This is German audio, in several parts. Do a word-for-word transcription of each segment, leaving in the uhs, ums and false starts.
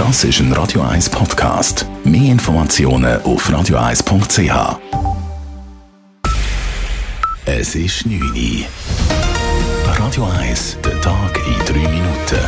Das ist ein Radio eins Podcast. Mehr Informationen auf radio eins punkt c h. Es ist neun Uhr. Radio eins, der Tag in drei Minuten.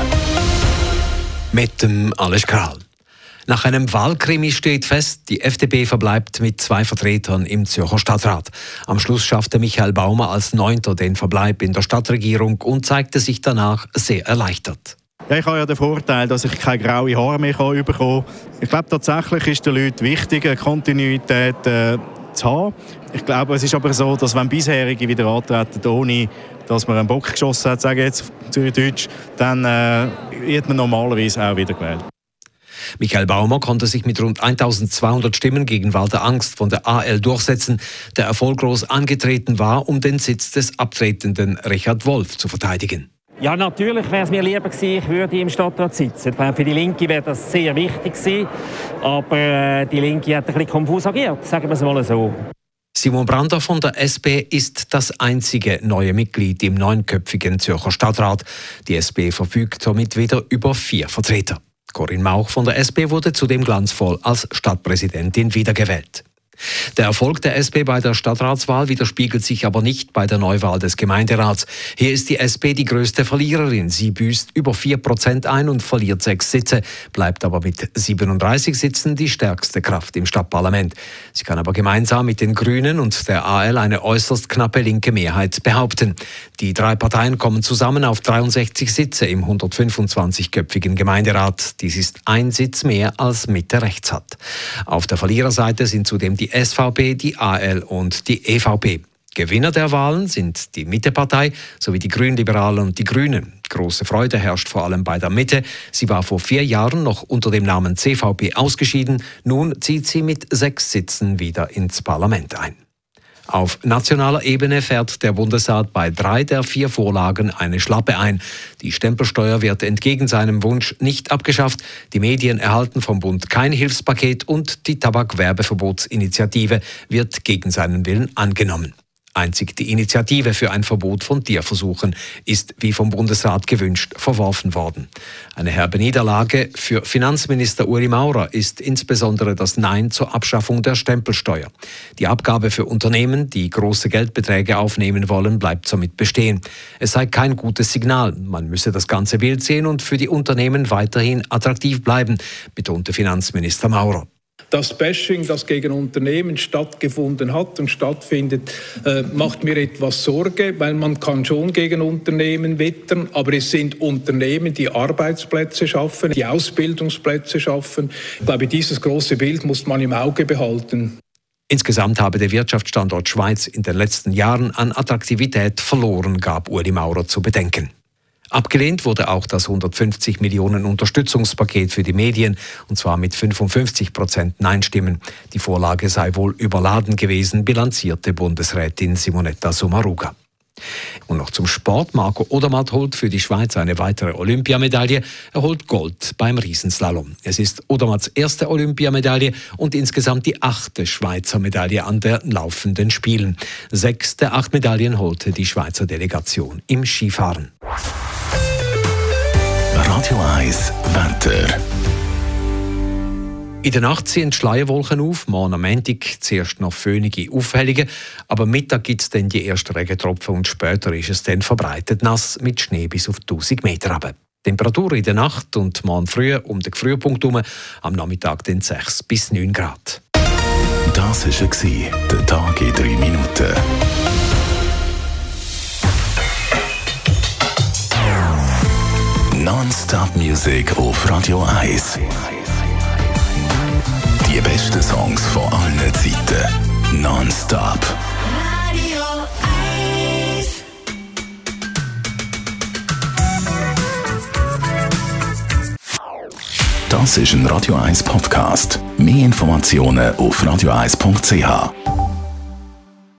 Mit dem Alles Kral. Nach einem Wahlkrimi steht fest, die F D P verbleibt mit zwei Vertretern im Zürcher Stadtrat. Am Schluss schaffte Michael Baumer als Neunter den Verbleib in der Stadtregierung und zeigte sich danach sehr erleichtert. Ja, ich habe ja den Vorteil, dass ich keine graue Haare mehr bekommen kann. Ich glaube, tatsächlich ist den Leuten wichtig, eine Kontinuität äh, zu haben. Ich glaube, es ist aber so, dass wenn Bisherige wieder antreten, ohne dass man einen Bock geschossen hat, sage ich jetzt auf Zürichdeutsch, dann äh, wird man normalerweise auch wieder gewählt. Michael Baumer konnte sich mit rund eintausendzweihundert Stimmen gegen Walter Angst von der A L durchsetzen, der erfolglos angetreten war, um den Sitz des abtretenden Richard Wolf zu verteidigen. Ja, natürlich wäre es mir lieber gewesen, ich würde im Stadtrat sitzen. Für die Linke wäre das sehr wichtig gewesen, aber äh, die Linke hat ein bisschen konfus agiert, sagen wir es mal so. Simon Brander von der S P ist das einzige neue Mitglied im neunköpfigen Zürcher Stadtrat. Die S P verfügt somit wieder über vier Vertreter. Corinne Mauch von der S P wurde zudem glanzvoll als Stadtpräsidentin wiedergewählt. Der Erfolg der S P bei der Stadtratswahl widerspiegelt sich aber nicht bei der Neuwahl des Gemeinderats. Hier ist die S P die größte Verliererin. Sie büßt über vier Prozent ein und verliert sechs Sitze, bleibt aber mit siebenunddreißig Sitzen die stärkste Kraft im Stadtparlament. Sie kann aber gemeinsam mit den Grünen und der A L eine äußerst knappe linke Mehrheit behaupten. Die drei Parteien kommen zusammen auf dreiundsechzig Sitze im hundertfünfundzwanzigköpfigen Gemeinderat. Dies ist ein Sitz mehr als Mitte rechts hat. Auf der Verliererseite sind zudem die S V P, die A L und die E V P. Gewinner der Wahlen sind die Mittepartei sowie die Grünliberalen und die Grünen. Große Freude herrscht vor allem bei der Mitte. Sie war vor vier Jahren noch unter dem Namen C V P ausgeschieden. Nun zieht sie mit sechs Sitzen wieder ins Parlament ein. Auf nationaler Ebene fährt der Bundesrat bei drei der vier Vorlagen eine Schlappe ein. Die Stempelsteuer wird entgegen seinem Wunsch nicht abgeschafft. Die Medien erhalten vom Bund kein Hilfspaket und die Tabakwerbeverbotsinitiative wird gegen seinen Willen angenommen. Einzig die Initiative für ein Verbot von Tierversuchen ist, wie vom Bundesrat gewünscht, verworfen worden. Eine herbe Niederlage für Finanzminister Ueli Maurer ist insbesondere das Nein zur Abschaffung der Stempelsteuer. Die Abgabe für Unternehmen, die große Geldbeträge aufnehmen wollen, bleibt somit bestehen. Es sei kein gutes Signal. Man müsse das ganze Bild sehen und für die Unternehmen weiterhin attraktiv bleiben, betonte Finanzminister Maurer. Das Bashing, das gegen Unternehmen stattgefunden hat und stattfindet, äh, macht mir etwas Sorge, weil man kann schon gegen Unternehmen wettern, aber es sind Unternehmen, die Arbeitsplätze schaffen, die Ausbildungsplätze schaffen. Ich glaube, dieses große Bild muss man im Auge behalten. Insgesamt habe der Wirtschaftsstandort Schweiz in den letzten Jahren an Attraktivität verloren, gab Ueli Maurer zu bedenken. Abgelehnt wurde auch das hundertfünfzig Millionen Unterstützungspaket für die Medien, und zwar mit fünfundfünfzig Prozent Nein-Stimmen. Die Vorlage sei wohl überladen gewesen, bilanzierte Bundesrätin Simonetta Sommaruga. Und noch zum Sport. Marco Odermatt holt für die Schweiz eine weitere Olympiamedaille. Er holt Gold beim Riesenslalom. Es ist Odermatts erste Olympiamedaille und insgesamt die achte Schweizer Medaille an den laufenden Spielen. Sechs der acht Medaillen holte die Schweizer Delegation im Skifahren. Radio eins Wetter. In der Nacht ziehen die Schleierwolken auf, morgen am Montag zuerst noch föhnige Aufhellungen, aber Mittag gibt es dann die ersten Regentropfen und später ist es dann verbreitet nass mit Schnee bis auf tausend Meter runter. Temperatur in der Nacht und morgen früh um den Frühpunkt herum, am Nachmittag dann sechs bis neun Grad. Das war der Tag in drei Minuten. Non-Stop-Musik auf Radio eins. Die besten Songs von allen Zeiten. Non-Stop. Radio eins. Das ist ein Radio eins Podcast. Mehr Informationen auf radio eins punkt c h.